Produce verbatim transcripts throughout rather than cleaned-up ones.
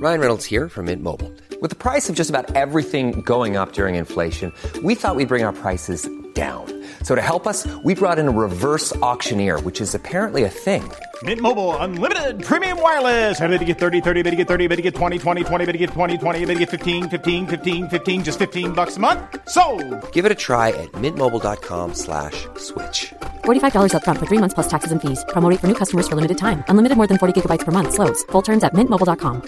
Ryan Reynolds here from Mint Mobile. With the price of just about everything going up during inflation, we thought we'd bring our prices down. So to help us, we brought in a reverse auctioneer, which is apparently a thing. Mint Mobile Unlimited Premium Wireless. How to get thirty, thirty, how to get thirty, how to get twenty, twenty, twenty, how to get twenty, twenty, how to get fifteen, fifteen, fifteen, fifteen, just fifteen bucks a month? Sold! Give it a try at mintmobile.com slash switch. forty-five dollars up front for three months plus taxes and fees. Promo rate for new customers for limited time. Unlimited more than forty gigabytes per month. Slows full terms at mint mobile dot com.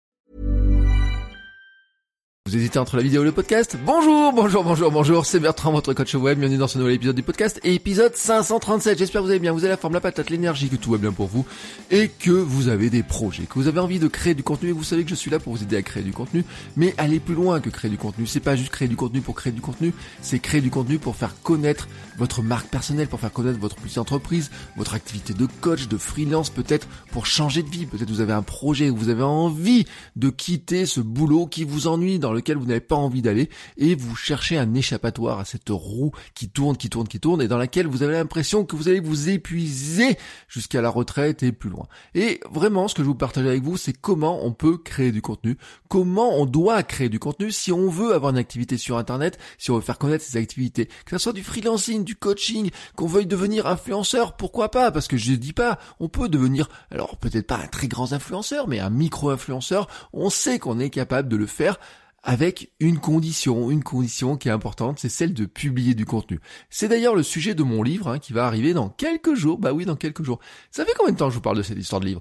Vous hésitez entre la vidéo et le podcast? Bonjour, bonjour, bonjour, bonjour, c'est Bertrand, votre coach web. Bienvenue dans ce nouvel épisode du podcast, épisode cinq cent trente-sept. J'espère que vous allez bien, vous avez la forme, la patate, l'énergie, que tout va bien pour vous et que vous avez des projets, que vous avez envie de créer du contenu et vous savez que je suis là pour vous aider à créer du contenu, mais aller plus loin que créer du contenu. C'est pas juste créer du contenu pour créer du contenu, c'est créer du contenu pour faire connaître votre marque personnelle, pour faire connaître votre petite entreprise, votre activité de coach, de freelance, peut-être pour changer de vie. Peut-être vous avez un projet où vous avez envie de quitter ce boulot qui vous ennuie, dans lequel vous n'avez pas envie d'aller et vous cherchez un échappatoire à cette roue qui tourne, qui tourne, qui tourne et dans laquelle vous avez l'impression que vous allez vous épuiser jusqu'à la retraite et plus loin. Et vraiment, ce que je vous partage avec vous, c'est comment on peut créer du contenu, comment on doit créer du contenu si on veut avoir une activité sur Internet, si on veut faire connaître ses activités, que ce soit du freelancing, du coaching, qu'on veuille devenir influenceur, pourquoi pas, parce que je dis pas, on peut devenir, alors peut-être pas un très grand influenceur, mais un micro-influenceur, on sait qu'on est capable de le faire avec une condition, une condition qui est importante, c'est celle de publier du contenu. C'est d'ailleurs le sujet de mon livre hein, qui va arriver dans quelques jours, bah oui, dans quelques jours. Ça fait combien de temps que je vous parle de cette histoire de livre ?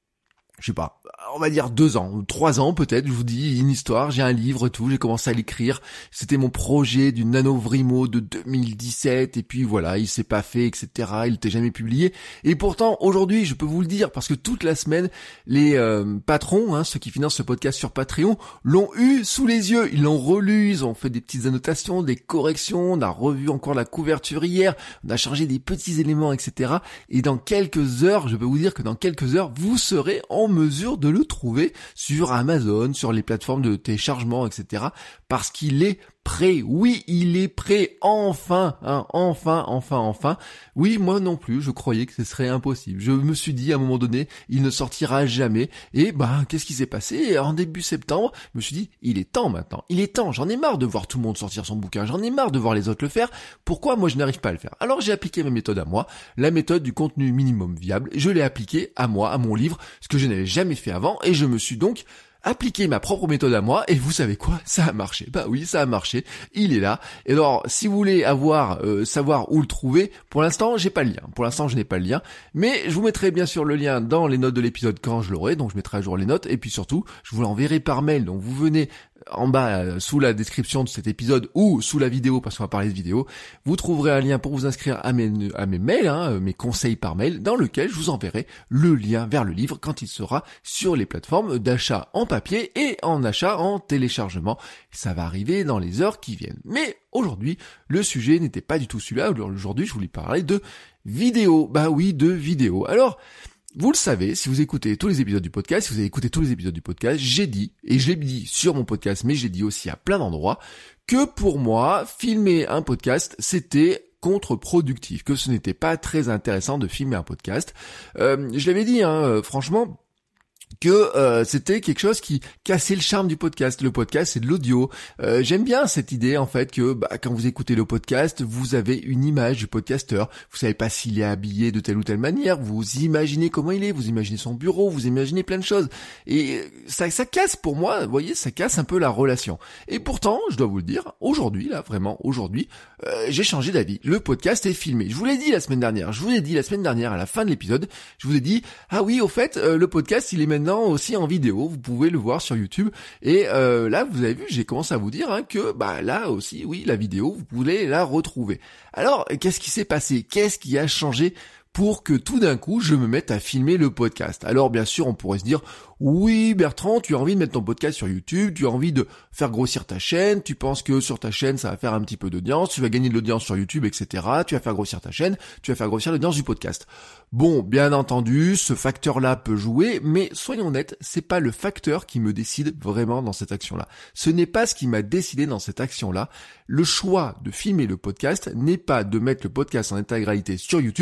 Je sais pas, on va dire deux ans, ou trois ans peut-être, je vous dis une histoire, j'ai un livre et tout, j'ai commencé à l'écrire, c'était mon projet du NaNoWriMo de deux mille dix-sept, et puis voilà, il s'est pas fait, et cetera, il n'était jamais publié, et pourtant, aujourd'hui, je peux vous le dire, parce que toute la semaine, les euh, patrons, hein, ceux qui financent ce podcast sur Patreon, l'ont eu sous les yeux, ils l'ont relu, ils ont fait des petites annotations, des corrections, on a revu encore la couverture hier, on a changé des petits éléments, et cetera, et dans quelques heures, je peux vous dire que dans quelques heures, vous serez en mesure de le trouver sur Amazon, sur les plateformes de téléchargement, et cetera. Parce qu'il est prêt. Oui, il est prêt. Enfin, hein, enfin, enfin, enfin. Oui, moi non plus, je croyais que ce serait impossible. Je me suis dit à un moment donné, il ne sortira jamais. Et bah, qu'est-ce qui s'est passé ? En début septembre, je me suis dit, il est temps maintenant. Il est temps. J'en ai marre de voir tout le monde sortir son bouquin. J'en ai marre de voir les autres le faire. Pourquoi moi je n'arrive pas à le faire ? Alors j'ai appliqué ma méthode à moi, la méthode du contenu minimum viable. Je l'ai appliquée à moi, à mon livre, ce que je n'avais jamais fait avant. Et je me suis donc appliquer ma propre méthode à moi, et vous savez quoi ? Ça a marché. Bah oui, ça a marché. Il est là. Et alors, si vous voulez avoir, euh, savoir où le trouver, pour l'instant, j'ai pas le lien. Pour l'instant, je n'ai pas le lien. Mais je vous mettrai bien sûr le lien dans les notes de l'épisode quand je l'aurai. Donc, je mettrai à jour les notes. Et puis surtout, je vous l'enverrai par mail. Donc, vous venez en bas, euh, sous la description de cet épisode ou sous la vidéo, parce qu'on va parler de vidéo, vous trouverez un lien pour vous inscrire à mes, à mes mails, hein, mes conseils par mail, dans lequel je vous enverrai le lien vers le livre quand il sera sur les plateformes d'achat en papier et en achat en téléchargement. Ça va arriver dans les heures qui viennent. Mais aujourd'hui, le sujet n'était pas du tout celui-là. Aujourd'hui, je voulais parler de vidéo. Bah oui, de vidéo. Alors, vous le savez, si vous écoutez tous les épisodes du podcast, si vous avez écouté tous les épisodes du podcast, j'ai dit, et je l'ai dit sur mon podcast, mais j'ai dit aussi à plein d'endroits, que pour moi, filmer un podcast, c'était contre-productif, que ce n'était pas très intéressant de filmer un podcast. Euh, je l'avais dit, hein, franchement, que euh, c'était quelque chose qui cassait le charme du podcast. Le podcast, c'est de l'audio. Euh, j'aime bien cette idée, en fait, que bah, quand vous écoutez le podcast, vous avez une image du podcasteur. Vous savez pas s'il est habillé de telle ou telle manière. Vous imaginez comment il est. Vous imaginez son bureau. Vous imaginez plein de choses. Et ça, ça casse, pour moi, vous voyez, ça casse un peu la relation. Et pourtant, je dois vous le dire, aujourd'hui, là, vraiment, aujourd'hui, euh, j'ai changé d'avis. Le podcast est filmé. Je vous l'ai dit la semaine dernière. Je vous l'ai dit la semaine dernière, à la fin de l'épisode. Je vous ai dit, ah oui, au fait, euh, le podcast, il est maintenant aussi en vidéo, vous pouvez le voir sur YouTube, et euh, là vous avez vu, j'ai commencé à vous dire hein, que bah là aussi, oui, la vidéo, vous pouvez la retrouver. Alors, qu'est-ce qui s'est passé ? Qu'est-ce qui a changé pour que tout d'un coup, je me mette à filmer le podcast. Alors bien sûr, on pourrait se dire, oui Bertrand, tu as envie de mettre ton podcast sur YouTube, tu as envie de faire grossir ta chaîne, tu penses que sur ta chaîne, ça va faire un petit peu d'audience, tu vas gagner de l'audience sur YouTube, et cetera. Tu vas faire grossir ta chaîne, tu vas faire grossir l'audience du podcast. Bon, bien entendu, ce facteur-là peut jouer, mais soyons honnêtes, c'est pas le facteur qui me décide vraiment dans cette action-là. Ce n'est pas ce qui m'a décidé dans cette action-là. Le choix de filmer le podcast n'est pas de mettre le podcast en intégralité sur YouTube.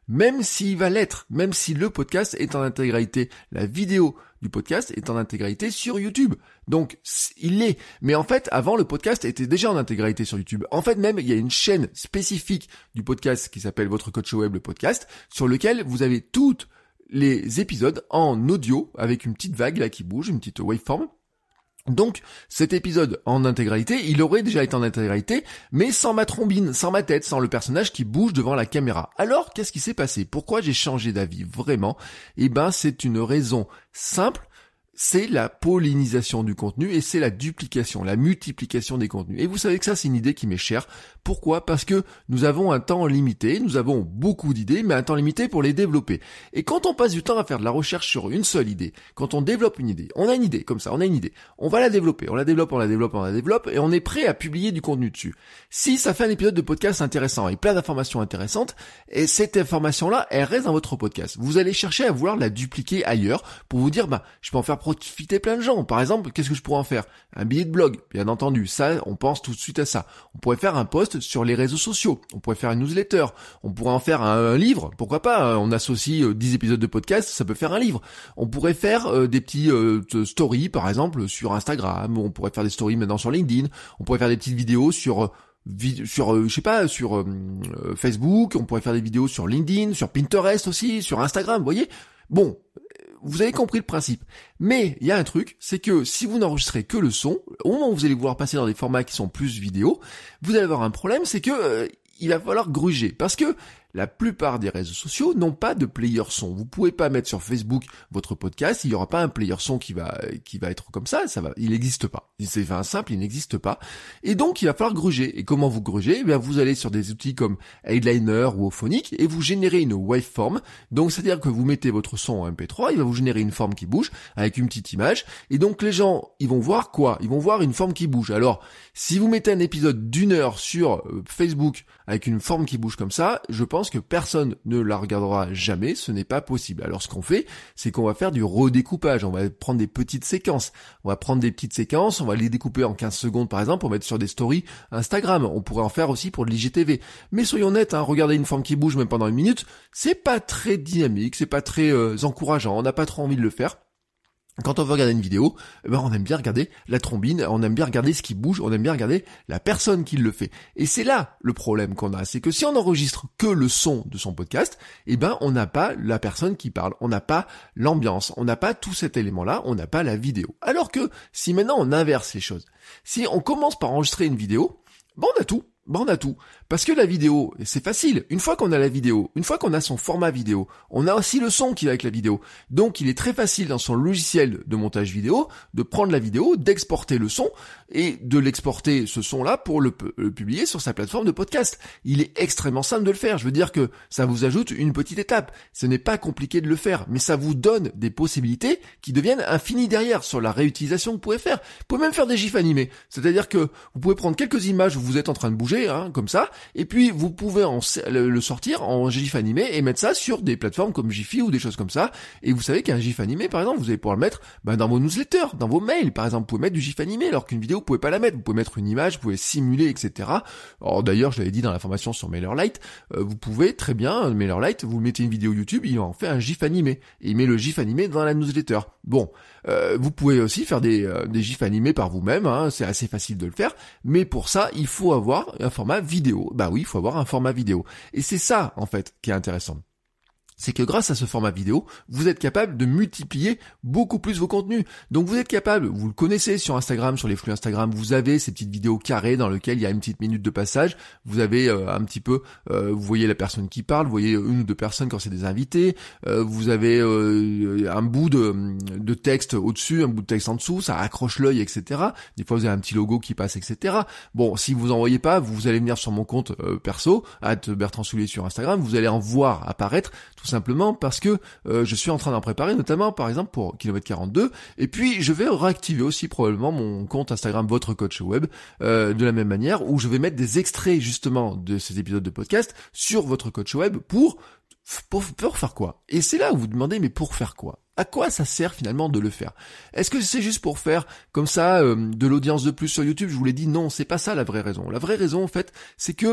même s'il va l'être, même si le podcast est en intégralité, la vidéo du podcast est en intégralité sur YouTube. Donc, il l'est. Mais en fait, avant, le podcast était déjà en intégralité sur YouTube. En fait, même, il y a une chaîne spécifique du podcast qui s'appelle Votre Coach Web, le podcast, sur lequel vous avez toutes les épisodes en audio avec une petite vague là qui bouge, une petite waveform. Donc, cet épisode en intégralité, il aurait déjà été en intégralité, mais sans ma trombine, sans ma tête, sans le personnage qui bouge devant la caméra. Alors, qu'est-ce qui s'est passé? Pourquoi j'ai changé d'avis vraiment? Eh ben, c'est une raison simple. C'est la pollinisation du contenu et c'est la duplication, la multiplication des contenus. Et vous savez que ça, c'est une idée qui m'est chère. Pourquoi? Parce que nous avons un temps limité, nous avons beaucoup d'idées, mais un temps limité pour les développer. Et quand on passe du temps à faire de la recherche sur une seule idée, quand on développe une idée, on a une idée, comme ça, on a une idée, on va la développer, on la développe, on la développe, on la développe, et on est prêt à publier du contenu dessus. Si ça fait un épisode de podcast intéressant, avec plein d'informations intéressantes, et cette information-là, elle reste dans votre podcast. Vous allez chercher à vouloir la dupliquer ailleurs pour vous dire, bah, je peux en faire profiter plein de gens. Par exemple, qu'est-ce que je pourrais en faire? Un billet de blog, bien entendu. Ça, on pense tout de suite à ça. On pourrait faire un post sur les réseaux sociaux. On pourrait faire une newsletter. On pourrait en faire un, un livre. Pourquoi pas? On associe euh, dix épisodes de podcast, ça peut faire un livre. On pourrait faire euh, des petits euh, stories, par exemple, sur Instagram. On pourrait faire des stories maintenant sur LinkedIn. On pourrait faire des petites vidéos sur... Euh, sur euh, je sais pas sur euh, Facebook, on pourrait faire des vidéos sur LinkedIn, sur Pinterest aussi, sur Instagram, vous voyez. Bon, vous avez compris le principe. Mais il y a un truc, c'est que si vous n'enregistrez que le son, au moment où vous allez vouloir passer dans des formats qui sont plus vidéo, vous allez avoir un problème, c'est que euh, il va falloir gruger, parce que la plupart des réseaux sociaux n'ont pas de player son. Vous pouvez pas mettre sur Facebook votre podcast, il y aura pas un player son qui va qui va être comme ça, ça va, il n'existe pas. C'est enfin simple, il n'existe pas. Et donc il va falloir gruger. Et comment vous grugez? Eh bien vous allez sur des outils comme Headliner ou Auphonic et vous générez une waveform. Donc c'est-à-dire que vous mettez votre son en M P trois, il va vous générer une forme qui bouge avec une petite image. Et donc les gens, ils vont voir quoi? Ils vont voir une forme qui bouge. Alors si vous mettez un épisode d'une heure sur Facebook avec une forme qui bouge comme ça, je pense que personne ne la regardera jamais, ce n'est pas possible. Alors ce qu'on fait, c'est qu'on va faire du redécoupage, on va prendre des petites séquences, on va prendre des petites séquences, on va les découper en quinze secondes par exemple, pour mettre sur des stories Instagram, on pourrait en faire aussi pour de l'I G T V. Mais soyons nets, hein, regarder une forme qui bouge même pendant une minute, c'est pas très dynamique, c'est pas très euh, encourageant, on n'a pas trop envie de le faire. Quand on veut regarder une vidéo, eh ben on aime bien regarder la trombine, on aime bien regarder ce qui bouge, on aime bien regarder la personne qui le fait. Et c'est là le problème qu'on a, c'est que si on enregistre que le son de son podcast, eh ben on n'a pas la personne qui parle, on n'a pas l'ambiance, on n'a pas tout cet élément-là, on n'a pas la vidéo. Alors que si maintenant on inverse les choses, si on commence par enregistrer une vidéo, ben on a tout. Ben on a tout. Parce que la vidéo, c'est facile. Une fois qu'on a la vidéo, une fois qu'on a son format vidéo, on a aussi le son qui va avec la vidéo. Donc il est très facile dans son logiciel de montage vidéo de prendre la vidéo, d'exporter le son et de l'exporter ce son-là pour le, le publier sur sa plateforme de podcast. Il est extrêmement simple de le faire. Je veux dire que ça vous ajoute une petite étape. Ce n'est pas compliqué de le faire, mais ça vous donne des possibilités qui deviennent infinies derrière sur la réutilisation que vous pouvez faire. Vous pouvez même faire des gifs animés. C'est-à-dire que vous pouvez prendre quelques images où vous êtes en train de bouger, Hein, comme ça, et puis vous pouvez en, le, le sortir en GIF animé et mettre ça sur des plateformes comme Giphy ou des choses comme ça. Et vous savez qu'un GIF animé, par exemple, vous allez pouvoir le mettre bah, dans vos newsletters, dans vos mails, par exemple, vous pouvez mettre du GIF animé, alors qu'une vidéo, vous pouvez pas la mettre. Vous pouvez mettre une image, vous pouvez simuler, et cetera. Alors d'ailleurs, je l'avais dit dans la formation sur MailerLite, euh, vous pouvez très bien, MailerLite, vous mettez une vidéo YouTube, il en fait un GIF animé, et il met le GIF animé dans la newsletter. Bon, euh, vous pouvez aussi faire des, euh, des GIFs animés par vous-même, hein, c'est assez facile de le faire, mais pour ça, il faut avoir un format vidéo. Bah oui, il faut avoir un format vidéo. Et c'est ça, en fait, qui est intéressant. C'est que grâce à ce format vidéo, vous êtes capable de multiplier beaucoup plus vos contenus. Donc vous êtes capable, vous le connaissez sur Instagram, sur les flux Instagram, vous avez ces petites vidéos carrées dans lesquelles il y a une petite minute de passage, vous avez euh, un petit peu, euh, vous voyez la personne qui parle, vous voyez une ou deux personnes quand c'est des invités, euh, vous avez euh, un bout de, de texte au-dessus, un bout de texte en dessous, ça accroche l'œil, et cetera. Des fois vous avez un petit logo qui passe, et cetera. Bon, si vous en voyez pas, vous allez venir sur mon compte euh, perso, arobase Bertrand Soulier sur Instagram, vous allez en voir apparaître tout simplement parce que euh, je suis en train d'en préparer, notamment par exemple pour kilomètre quarante-deux, et puis je vais réactiver aussi probablement mon compte Instagram Votre Coach Web euh, de la même manière, où je vais mettre des extraits justement de ces épisodes de podcast sur Votre Coach Web pour, pour, pour faire quoi? Et c'est là où vous demandez, mais pour faire quoi? À quoi ça sert finalement de le faire? Est-ce que c'est juste pour faire comme ça euh, de l'audience de plus sur YouTube? Je vous l'ai dit, non, c'est pas ça la vraie raison. La vraie raison en fait, c'est que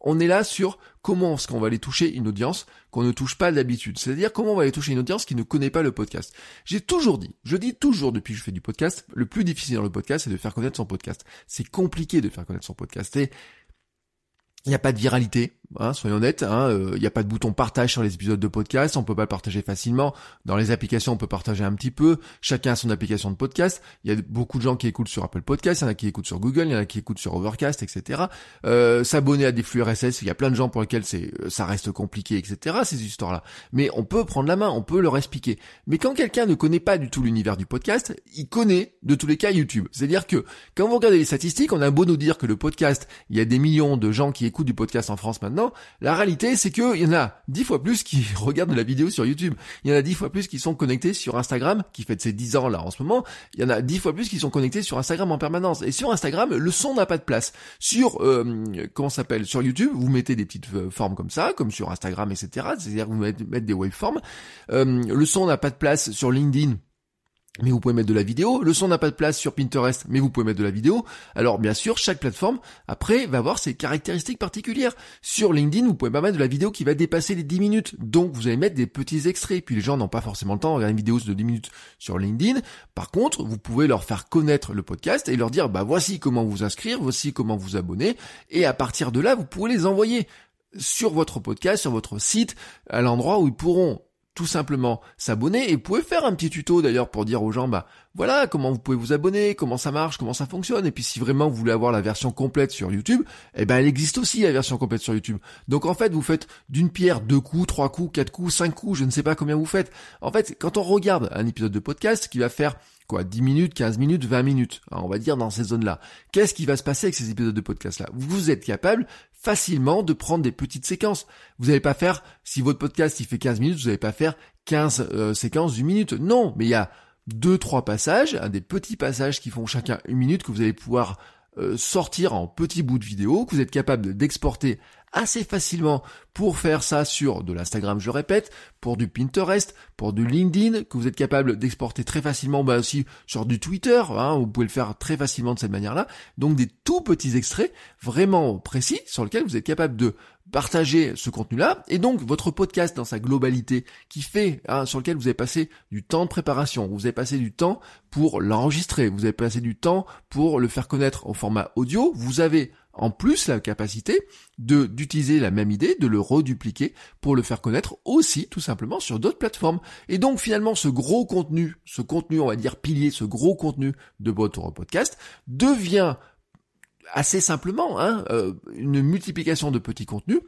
on est là sur comment est-ce qu'on va aller toucher une audience qu'on ne touche pas d'habitude. C'est-à-dire comment on va aller toucher une audience qui ne connaît pas le podcast. J'ai toujours dit, je dis toujours depuis que je fais du podcast, le plus difficile dans le podcast, c'est de faire connaître son podcast. C'est compliqué de faire connaître son podcast. Et il n'y a pas de viralité, hein, soyons honnêtes, hein, euh, il n'y a pas de bouton partage sur les épisodes de podcast, on peut pas le partager facilement. Dans les applications, on peut partager un petit peu. Chacun a son application de podcast. Il y a beaucoup de gens qui écoutent sur Apple Podcast, il y en a qui écoutent sur Google, il y en a qui écoutent sur Overcast, et cetera. Euh, s'abonner à des flux R S S, il y a plein de gens pour lesquels c'est, ça reste compliqué, et cetera. Ces histoires-là. Mais on peut prendre la main, on peut leur expliquer. Mais quand quelqu'un ne connaît pas du tout l'univers du podcast, il connaît de tous les cas YouTube. C'est-à-dire que quand vous regardez les statistiques, on a beau nous dire que le podcast, il y a des millions de gens qui écoutent du podcast en France maintenant, la réalité c'est que il y en a dix fois plus qui regardent de la vidéo sur YouTube, il y en a dix fois plus qui sont connectés sur Instagram, qui fête ses dix ans là en ce moment, il y en a dix fois plus qui sont connectés sur Instagram en permanence, et sur Instagram, le son n'a pas de place. Sur, euh, comment ça s'appelle, sur YouTube, vous mettez des petites euh, formes comme ça, comme sur Instagram, et cetera, c'est-à-dire que vous mettez, mettez des waveforms, euh, le son n'a pas de place sur LinkedIn, mais vous pouvez mettre de la vidéo. Le son n'a pas de place sur Pinterest, mais vous pouvez mettre de la vidéo. Alors bien sûr, chaque plateforme, après, va avoir ses caractéristiques particulières. Sur LinkedIn, vous pouvez pas mettre de la vidéo qui va dépasser les dix minutes. Donc vous allez mettre des petits extraits. Puis les gens n'ont pas forcément le temps de regarder une vidéo de dix minutes sur LinkedIn. Par contre, vous pouvez leur faire connaître le podcast et leur dire, bah voici comment vous inscrire, voici comment vous abonner. Et à partir de là, vous pouvez les envoyer sur votre podcast, sur votre site, à l'endroit où ils pourront tout simplement s'abonner, et vous pouvez faire un petit tuto d'ailleurs pour dire aux gens, bah voilà comment vous pouvez vous abonner, comment ça marche, comment ça fonctionne, et puis si vraiment vous voulez avoir la version complète sur YouTube, eh ben elle existe aussi la version complète sur YouTube. Donc en fait vous faites d'une pierre deux coups, trois coups, quatre coups, cinq coups, je ne sais pas combien vous faites. En fait quand on regarde un épisode de podcast qui va faire quoi, dix minutes, quinze minutes, vingt minutes, hein, on va dire dans ces zones-là. Qu'est-ce qui va se passer avec ces épisodes de podcast-là? Vous êtes capable facilement de prendre des petites séquences. Vous n'allez pas faire, si votre podcast il fait quinze minutes, vous n'allez pas faire quinze euh, séquences d'une minute. Non, mais il y a deux, trois passages, hein, des petits passages qui font chacun une minute que vous allez pouvoir euh, sortir en petits bouts de vidéo, que vous êtes capable d'exporter assez facilement pour faire ça sur de l'Instagram, je répète, pour du Pinterest, pour du LinkedIn, que vous êtes capable d'exporter très facilement, bah aussi sur du Twitter, hein, vous pouvez le faire très facilement de cette manière-là. Donc des tout petits extraits vraiment précis sur lesquels vous êtes capable de partager ce contenu-là, et donc votre podcast dans sa globalité qui fait, hein, sur lequel vous avez passé du temps de préparation, vous avez passé du temps pour l'enregistrer, vous avez passé du temps pour le faire connaître au format audio, vous avez en plus la capacité de d'utiliser la même idée, de le redupliquer pour le faire connaître aussi tout simplement sur d'autres plateformes. Et donc finalement ce gros contenu, ce contenu on va dire pilier, ce gros contenu de votre podcast devient assez simplement hein, euh, une multiplication de petits contenus.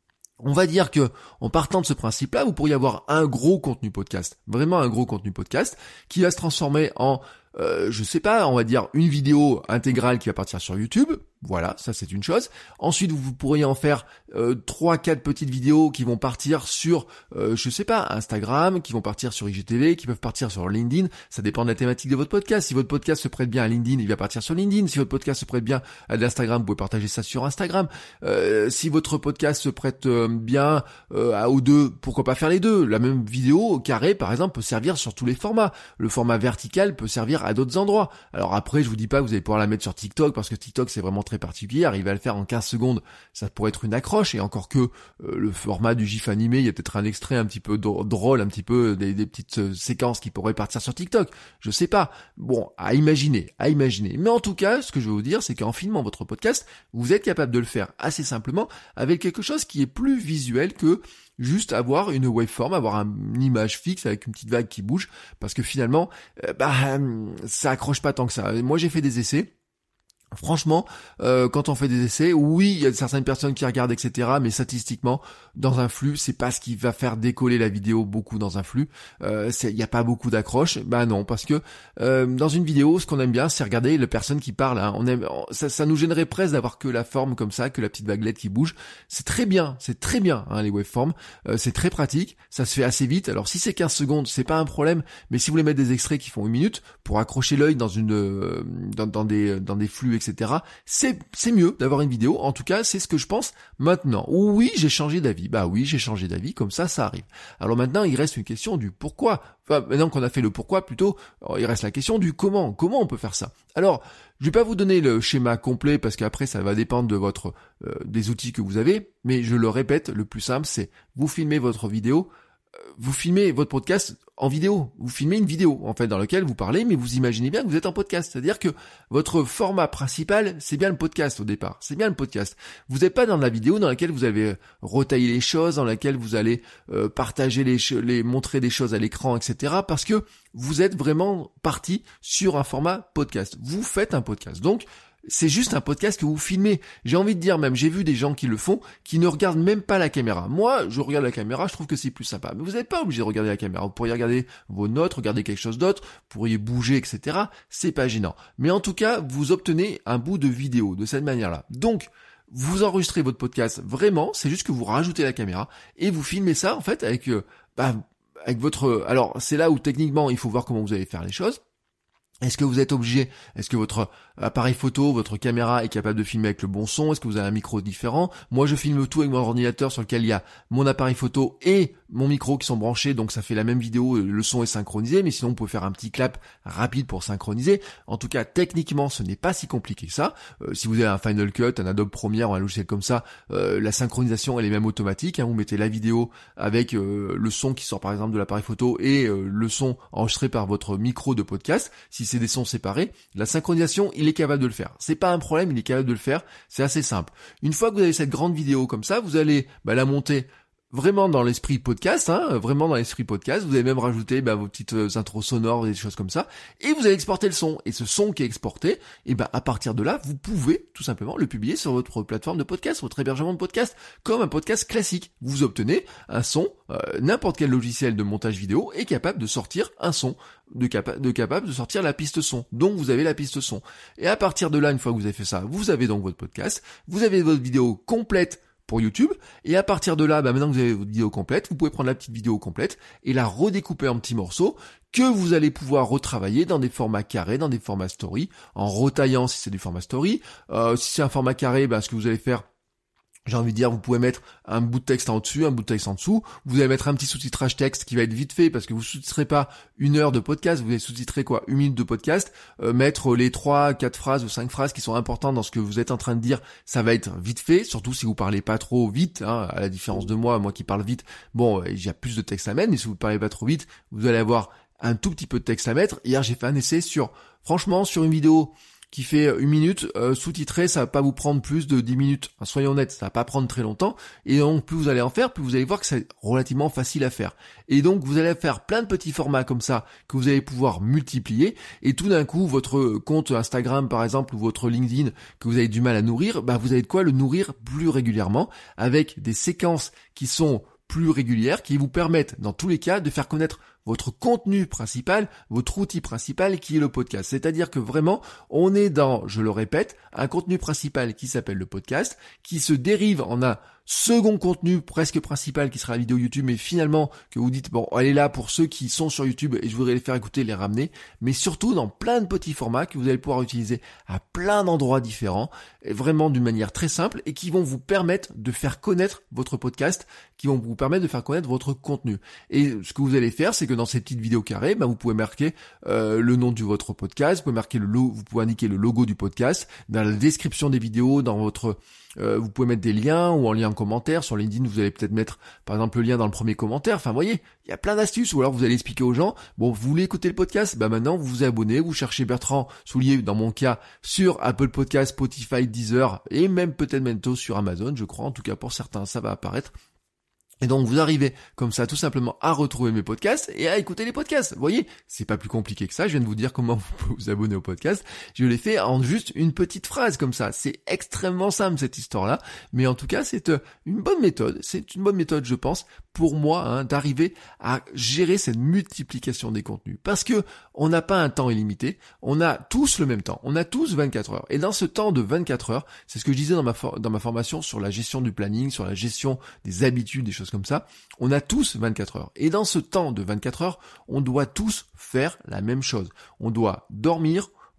On va dire que, en partant de ce principe-là, vous pourriez avoir un gros contenu podcast, vraiment un gros contenu podcast, qui va se transformer en, euh, je sais pas, on va dire une vidéo intégrale qui va partir sur YouTube. Voilà, ça c'est une chose. Ensuite, vous pourriez en faire euh, trois, quatre petites vidéos qui vont partir sur, euh, je sais pas, Instagram, qui vont partir sur I G T V, qui peuvent partir sur LinkedIn. Ça dépend de la thématique de votre podcast. Si votre podcast se prête bien à LinkedIn, il va partir sur LinkedIn. Si votre podcast se prête bien à l'Instagram, vous pouvez partager ça sur Instagram. Euh, si votre podcast se prête euh, bien euh, à aux deux, pourquoi pas faire les deux? La même vidéo au carré, par exemple, peut servir sur tous les formats. Le format vertical peut servir à d'autres endroits. Alors après, je vous dis pas que vous allez pouvoir la mettre sur TikTok, parce que TikTok c'est vraiment très particulier, arriver à le faire en quinze secondes, ça pourrait être une accroche, et encore que euh, le format du GIF animé, il y a peut-être un extrait un petit peu drôle, un petit peu des, des petites euh, séquences qui pourraient partir sur TikTok, je sais pas, bon, à imaginer, à imaginer, mais en tout cas, ce que je veux vous dire, c'est qu'en filmant votre podcast, vous êtes capable de le faire assez simplement, avec quelque chose qui est plus visuel que juste avoir une waveform, avoir un, une image fixe avec une petite vague qui bouge, parce que finalement, euh, bah, ça accroche pas tant que ça. Moi, j'ai fait des essais. Franchement, euh, quand on fait des essais, oui, il y a certaines personnes qui regardent, et cetera. Mais statistiquement, dans un flux, c'est pas ce qui va faire décoller la vidéo beaucoup dans un flux. Euh, il y a pas beaucoup d'accroches. Bah non, parce que euh, dans une vidéo, ce qu'on aime bien, c'est regarder la personne qui parle. Hein. On aime, ça, ça nous gênerait presque d'avoir que la forme comme ça, que la petite vaguelette qui bouge. C'est très bien, c'est très bien hein, les waveforms. Euh, c'est très pratique, ça se fait assez vite. Alors si c'est quinze secondes, c'est pas un problème. Mais si vous voulez mettre des extraits qui font une minute pour accrocher l'œil dans une, euh, dans, dans des, dans des flux et cetera. C'est, c'est mieux d'avoir une vidéo. En tout cas, c'est ce que je pense maintenant. Oui, j'ai changé d'avis. Bah oui, j'ai changé d'avis. Comme ça, ça arrive. Alors maintenant, il reste une question du pourquoi. Enfin, maintenant qu'on a fait le pourquoi, plutôt, il reste la question du comment. Comment on peut faire ça? Alors, je vais pas vous donner le schéma complet parce qu'après, ça va dépendre de votre, euh, des outils que vous avez. Mais je le répète, le plus simple, c'est vous filmez votre vidéo. Vous filmez votre podcast en vidéo, vous filmez une vidéo en fait dans laquelle vous parlez, mais vous imaginez bien que vous êtes en podcast, c'est-à-dire que votre format principal, c'est bien le podcast au départ, c'est bien le podcast. Vous n'êtes pas dans la vidéo dans laquelle vous allez retailler les choses, dans laquelle vous allez euh, partager les, les, montrer des choses à l'écran, et cetera. Parce que vous êtes vraiment parti sur un format podcast. Vous faites un podcast, donc c'est juste un podcast que vous filmez. J'ai envie de dire même, j'ai vu des gens qui le font, qui ne regardent même pas la caméra. Moi, je regarde la caméra, je trouve que c'est plus sympa. Mais vous n'êtes pas obligé de regarder la caméra. Vous pourriez regarder vos notes, regarder quelque chose d'autre, vous pourriez bouger, et cetera. C'est pas gênant. Mais en tout cas, vous obtenez un bout de vidéo de cette manière-là. Donc, vous enregistrez votre podcast vraiment, c'est juste que vous rajoutez la caméra et vous filmez ça, en fait, avec, euh, bah, avec votre... Alors, c'est là où techniquement, il faut voir comment vous allez faire les choses. Est-ce que vous êtes obligé, est-ce que votre appareil photo, votre caméra est capable de filmer avec le bon son? Est-ce que vous avez un micro différent? Moi, je filme tout avec mon ordinateur sur lequel il y a mon appareil photo et mon micro qui sont branchés, donc ça fait la même vidéo, le son est synchronisé, mais sinon, vous pouvez faire un petit clap rapide pour synchroniser. En tout cas, techniquement, ce n'est pas si compliqué que ça. Euh, si vous avez un Final Cut, un Adobe Premiere ou un logiciel comme ça, euh, la synchronisation, elle est même automatique. Hein. Vous mettez la vidéo avec euh, le son qui sort par exemple de l'appareil photo et euh, le son enregistré par votre micro de podcast. Si c'est des sons séparés, la synchronisation, il est capable de le faire. C'est pas un problème, il est capable de le faire. C'est assez simple. Une fois que vous avez cette grande vidéo comme ça, vous allez bah, la monter vraiment dans l'esprit podcast, hein, vraiment dans l'esprit podcast. Vous allez même rajouter bah, vos petites euh, intros sonores, des choses comme ça, et vous allez exporter le son. Et ce son qui est exporté, et ben à partir de là, vous pouvez tout simplement le publier sur votre plateforme de podcast, votre hébergement de podcast, comme un podcast classique. Vous obtenez un son, euh, n'importe quel logiciel de montage vidéo est capable de sortir un son, de, capa- de capable de sortir la piste son. Donc vous avez la piste son. Et à partir de là, une fois que vous avez fait ça, vous avez donc votre podcast, vous avez votre vidéo complète pour YouTube, et à partir de là, bah maintenant que vous avez votre vidéo complète, vous pouvez prendre la petite vidéo complète et la redécouper en petits morceaux que vous allez pouvoir retravailler dans des formats carrés, dans des formats story, en retaillant si c'est du format story. Euh, si c'est un format carré, bah, ce que vous allez faire, j'ai envie de dire, vous pouvez mettre un bout de texte en dessus, un bout de texte en dessous. Vous allez mettre un petit sous-titrage texte qui va être vite fait parce que vous sous-titrez pas une heure de podcast, vous allez sous-titrer quoi, une minute de podcast. Euh, mettre les trois, quatre phrases ou cinq phrases qui sont importantes dans ce que vous êtes en train de dire, ça va être vite fait. Surtout si vous parlez pas trop vite, hein, à la différence de moi, moi qui parle vite. Bon, il y a plus de texte à mettre, mais si vous parlez pas trop vite, vous allez avoir un tout petit peu de texte à mettre. Hier, j'ai fait un essai sur, franchement, sur une vidéo qui fait une minute, euh, sous-titré, ça va pas vous prendre plus de dix minutes. Enfin, soyons honnêtes, ça va pas prendre très longtemps. Et donc, plus vous allez en faire, plus vous allez voir que c'est relativement facile à faire. Et donc, vous allez faire plein de petits formats comme ça que vous allez pouvoir multiplier. Et tout d'un coup, votre compte Instagram, par exemple, ou votre LinkedIn que vous avez du mal à nourrir, bah, vous avez de quoi le nourrir plus régulièrement avec des séquences qui sont plus régulières, qui vous permettent, dans tous les cas, de faire connaître votre contenu principal, votre outil principal qui est le podcast. C'est-à-dire que vraiment, on est dans, je le répète, un contenu principal qui s'appelle le podcast, qui se dérive en un second contenu presque principal qui sera la vidéo YouTube, mais finalement que vous dites, bon, elle est là pour ceux qui sont sur YouTube et je voudrais les faire écouter, les ramener, mais surtout dans plein de petits formats que vous allez pouvoir utiliser à plein d'endroits différents, et vraiment d'une manière très simple et qui vont vous permettre de faire connaître votre podcast, qui vont vous permettre de faire connaître votre contenu. Et ce que vous allez faire, c'est que dans ces petites vidéos carrées, bah, vous pouvez marquer euh, le nom de votre podcast, vous pouvez marquer le logo, vous pouvez indiquer le logo du podcast dans la description des vidéos, dans votre Euh, vous pouvez mettre des liens ou en lien en commentaire. Sur LinkedIn, vous allez peut-être mettre, par exemple, le lien dans le premier commentaire. Enfin, vous voyez, il y a plein d'astuces. Ou alors, vous allez expliquer aux gens, bon, vous voulez écouter le podcast? Bah, maintenant, vous vous abonnez, vous cherchez Bertrand Soulier, dans mon cas, sur Apple Podcast, Spotify, Deezer, et même peut-être bientôt sur Amazon, je crois. En tout cas, pour certains, ça va apparaître. Et donc, vous arrivez comme ça tout simplement à retrouver mes podcasts et à écouter les podcasts. Vous voyez, c'est pas plus compliqué que ça. Je viens de vous dire comment vous pouvez vous abonner au podcast. Je l'ai fait en juste une petite phrase comme ça. C'est extrêmement simple cette histoire-là. Mais en tout cas, c'est une bonne méthode. C'est une bonne méthode, je pense, pour moi, hein, d'arriver à gérer cette multiplication des contenus. Parce que on n'a pas un temps illimité. On a tous le même temps. On a tous vingt-quatre heures. Et dans ce temps de vingt-quatre heures, c'est ce que je disais dans ma, for- dans ma formation sur la gestion du planning, sur la gestion des habitudes, des choses comme ça, on a tous vingt-quatre heures. Et dans ce temps de vingt-quatre heures, on doit tous faire la même chose. On doit dormir,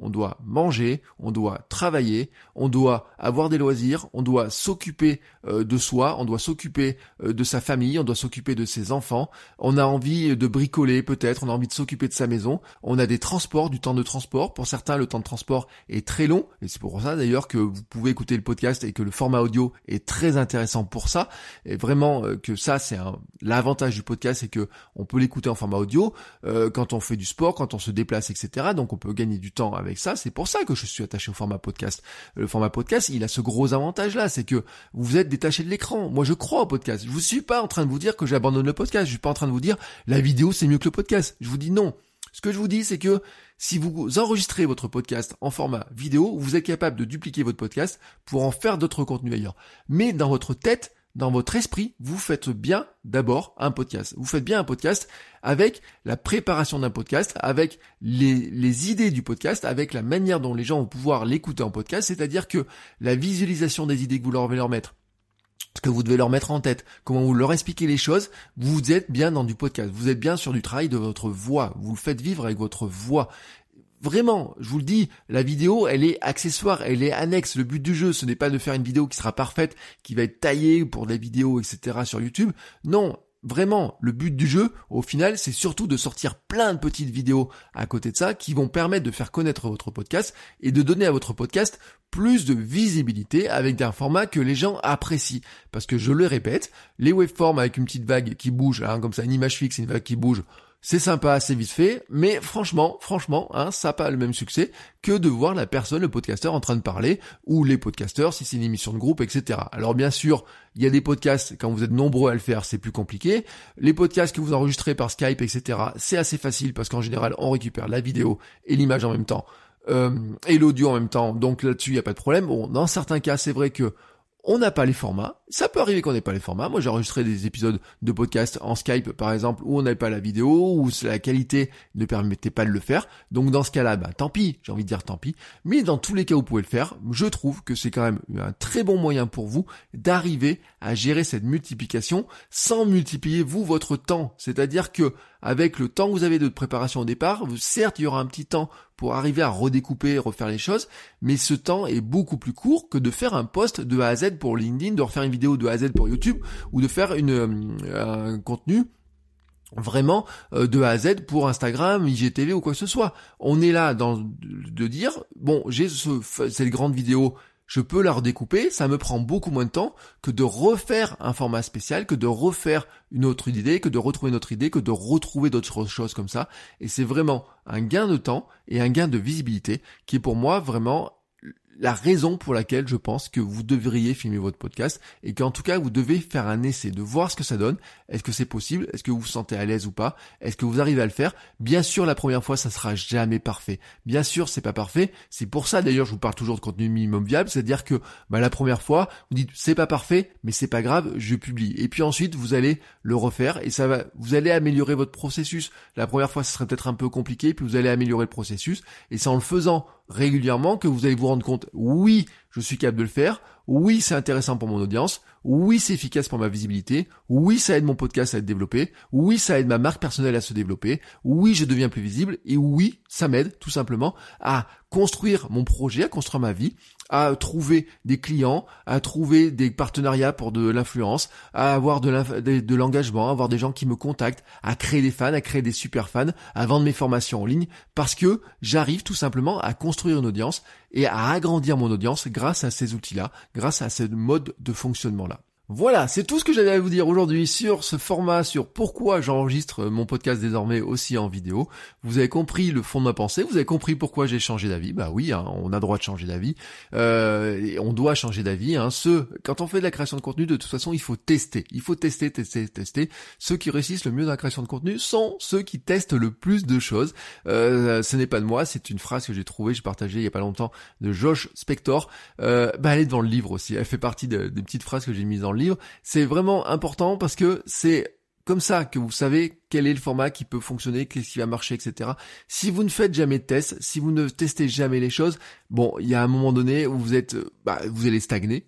on doit manger, on doit travailler, on doit avoir des loisirs, on doit s'occuper euh, de soi, on doit s'occuper euh, de sa famille, on doit s'occuper de ses enfants, on a envie de bricoler peut-être, on a envie de s'occuper de sa maison, on a des transports, du temps de transport. Pour certains, le temps de transport est très long, et c'est pour ça d'ailleurs que vous pouvez écouter le podcast et que le format audio est très intéressant pour ça, et vraiment euh, que ça c'est un, l'avantage du podcast, c'est que on peut l'écouter en format audio euh, quand on fait du sport, quand on se déplace, et cetera. Donc on peut gagner du temps avec ça. C'est pour ça que je suis attaché au format podcast. Le format podcast, il a ce gros avantage-là, c'est que vous êtes détaché de l'écran. Moi, je crois au podcast. Je vous suis pas en train de vous dire que j'abandonne le podcast. Je suis pas en train de vous dire la vidéo c'est mieux que le podcast. Je vous dis non. Ce que je vous dis, c'est que si vous enregistrez votre podcast en format vidéo, vous êtes capable de dupliquer votre podcast pour en faire d'autres contenus ailleurs. Mais dans votre tête, dans votre esprit, vous faites bien d'abord un podcast. Vous faites bien un podcast avec la préparation d'un podcast, avec les, les idées du podcast, avec la manière dont les gens vont pouvoir l'écouter en podcast, c'est-à-dire que la visualisation des idées que vous leur devez leur mettre, ce que vous devez leur mettre en tête, comment vous leur expliquez les choses, vous êtes bien dans du podcast, vous êtes bien sur du travail de votre voix, vous le faites vivre avec votre voix. Vraiment, je vous le dis, la vidéo, elle est accessoire, elle est annexe. Le but du jeu, ce n'est pas de faire une vidéo qui sera parfaite, qui va être taillée pour des vidéos, et cetera sur YouTube. Non, vraiment, le but du jeu, au final, c'est surtout de sortir plein de petites vidéos à côté de ça qui vont permettre de faire connaître votre podcast et de donner à votre podcast plus de visibilité avec un format que les gens apprécient. Parce que je le répète, les waveforms avec une petite vague qui bouge, hein, comme ça, une image fixe, une vague qui bouge, c'est sympa, c'est vite fait, mais franchement, franchement, hein, ça n'a pas le même succès que de voir la personne, le podcasteur en train de parler, ou les podcasteurs si c'est une émission de groupe, et cetera. Alors bien sûr, il y a des podcasts, quand vous êtes nombreux à le faire, c'est plus compliqué. Les podcasts que vous enregistrez par Skype, et cetera, c'est assez facile parce qu'en général, on récupère la vidéo et l'image en même temps, euh, et l'audio en même temps, donc là-dessus, il n'y a pas de problème. Bon, dans certains cas, c'est vrai que on n'a pas les formats. Ça peut arriver qu'on n'ait pas les formats. Moi, j'ai enregistré des épisodes de podcast en Skype, par exemple, où on n'avait pas la vidéo, où la qualité ne permettait pas de le faire. Donc, dans ce cas-là, bah, tant pis. J'ai envie de dire tant pis. Mais dans tous les cas où vous pouvez le faire, je trouve que c'est quand même un très bon moyen pour vous d'arriver à gérer cette multiplication sans multiplier, vous, votre temps. C'est-à-dire que, avec le temps que vous avez de préparation au départ, certes, il y aura un petit temps pour arriver à redécouper, refaire les choses, mais ce temps est beaucoup plus court que de faire un post de A à Z pour LinkedIn, de refaire une vidéo de A à Z pour YouTube, ou de faire une, un contenu vraiment de A à Z pour Instagram, I G T V ou quoi que ce soit. On est là dans de dire, bon, j'ai ce, cette grande vidéo, je peux la redécouper, ça me prend beaucoup moins de temps que de refaire un format spécial, que de refaire une autre idée, que de retrouver une autre idée, que de retrouver d'autres choses comme ça. Et c'est vraiment un gain de temps et un gain de visibilité qui est pour moi vraiment la raison pour laquelle je pense que vous devriez filmer votre podcast et qu'en tout cas vous devez faire un essai de voir ce que ça donne. Est-ce que c'est possible? Est-ce que vous vous sentez à l'aise ou pas? Est-ce que vous arrivez à le faire? Bien sûr, la première fois, ça sera jamais parfait. Bien sûr, c'est pas parfait. C'est pour ça d'ailleurs, je vous parle toujours de contenu minimum viable, c'est-à-dire que bah, la première fois, vous dites c'est pas parfait, mais c'est pas grave, je publie. Et puis ensuite, vous allez le refaire et ça va, vous allez améliorer votre processus. La première fois, ça serait peut-être un peu compliqué, puis vous allez améliorer le processus et c'est en le faisant régulièrement que vous allez vous rendre compte, oui, je suis capable de le faire, oui, c'est intéressant pour mon audience, oui, c'est efficace pour ma visibilité, oui, ça aide mon podcast à être développé, oui, ça aide ma marque personnelle à se développer, oui, je deviens plus visible, et oui, ça m'aide tout simplement à construire mon projet, à construire ma vie, à trouver des clients, à trouver des partenariats pour de l'influence, à avoir de, de, de l'engagement, à avoir des gens qui me contactent, à créer des fans, à créer des super fans, à vendre mes formations en ligne, parce que j'arrive tout simplement à construire une audience et à agrandir mon audience grâce à ces outils-là, grâce à ce mode de fonctionnement-là. Voilà, c'est tout ce que j'avais à vous dire aujourd'hui sur ce format, sur pourquoi j'enregistre mon podcast désormais aussi en vidéo. Vous avez compris le fond de ma pensée, vous avez compris pourquoi j'ai changé d'avis. Bah oui, hein, on a droit de changer d'avis, euh, et on doit changer d'avis. Hein. Ce, quand on fait de la création de contenu, de toute façon, il faut tester. Il faut tester, tester, tester. Ceux qui réussissent le mieux dans la création de contenu sont ceux qui testent le plus de choses. Euh, ce n'est pas de moi, c'est une phrase que j'ai trouvée, j'ai partagée il y a pas longtemps de Josh Spector. Euh, bah elle est dans le livre aussi, elle fait partie de, des petites phrases que j'ai mises dans le livre. C'est vraiment important parce que c'est comme ça que vous savez quel est le format qui peut fonctionner, qu'est-ce qui va marcher, et cetera. Si vous ne faites jamais de tests, si vous ne testez jamais les choses, bon, il y a un moment donné où vous êtes, bah, vous allez stagner.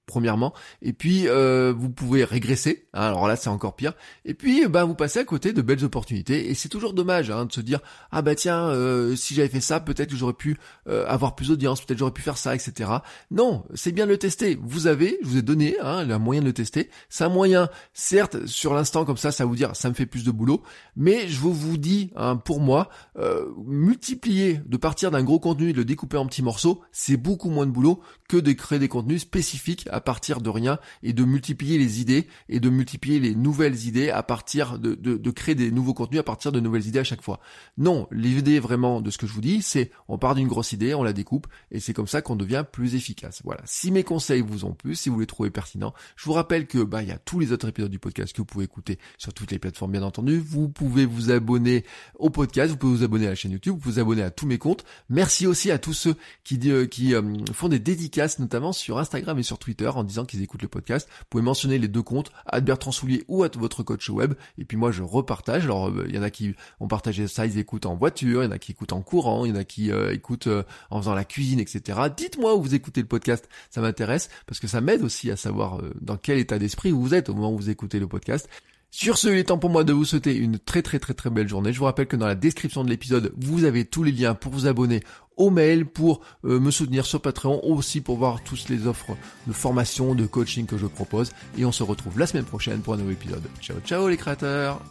premièrement, et puis euh, vous pouvez régresser, hein, alors là c'est encore pire, et puis bah vous passez à côté de belles opportunités, et c'est toujours dommage hein, de se dire ah bah tiens euh, si j'avais fait ça peut-être que j'aurais pu euh, avoir plus d'audience, peut-être j'aurais pu faire ça, et cetera. Non, c'est bien de le tester. Vous avez, je vous ai donné hein, le moyen de le tester. C'est un moyen, certes sur l'instant comme ça, ça va vous dire ça me fait plus de boulot, mais je vous dis hein, pour moi, euh, multiplier, de partir d'un gros contenu et de le découper en petits morceaux, c'est beaucoup moins de boulot que de créer des contenus spécifiques à partir de rien et de multiplier les idées et de multiplier les nouvelles idées à partir de, de, de créer des nouveaux contenus à partir de nouvelles idées à chaque fois. Non, l'idée vraiment de ce que je vous dis, c'est on part d'une grosse idée, on la découpe et c'est comme ça qu'on devient plus efficace. Voilà. Si mes conseils vous ont plu, si vous les trouvez pertinents, je vous rappelle que bah il y a tous les autres épisodes du podcast que vous pouvez écouter sur toutes les plateformes bien entendu. Vous pouvez vous abonner au podcast, vous pouvez vous abonner à la chaîne YouTube, vous pouvez vous abonner à tous mes comptes. Merci aussi à tous ceux qui euh, qui euh, font des dédicaces notamment sur Instagram et sur Twitter en disant qu'ils écoutent le podcast. Vous pouvez mentionner les deux comptes, à Bertrand Soulier ou à votre coach web et puis moi je repartage. Alors il euh, y en a qui ont partagé ça, ils écoutent en voiture, il y en a qui écoutent en courant, il y en a qui euh, écoutent euh, en faisant la cuisine, et cetera. Dites-moi où vous écoutez le podcast, ça m'intéresse parce que ça m'aide aussi à savoir euh, dans quel état d'esprit vous êtes au moment où vous écoutez le podcast. Sur ce, il est temps pour moi de vous souhaiter une très très très très belle journée. Je vous rappelle que dans la description de l'épisode, vous avez tous les liens pour vous abonner au mail, pour euh, me soutenir sur Patreon, aussi pour voir toutes les offres de formation, de coaching que je propose. Et on se retrouve la semaine prochaine pour un nouvel épisode. Ciao ciao les créateurs!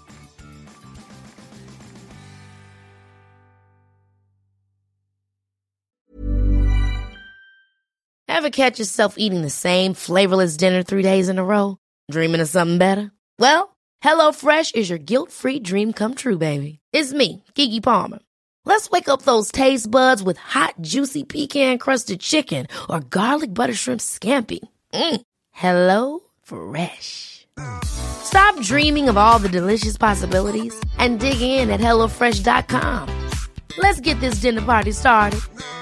Ever catch yourself eating the same flavorless dinner three days in a row? Dreaming of something better? Well, HelloFresh is your guilt-free dream come true, baby. It's me, Keke Palmer. Let's wake up those taste buds with hot, juicy pecan-crusted chicken or garlic butter shrimp scampi. Mm. Hello Fresh. Stop dreaming of all the delicious possibilities and dig in at hello fresh dot com. Let's get this dinner party started.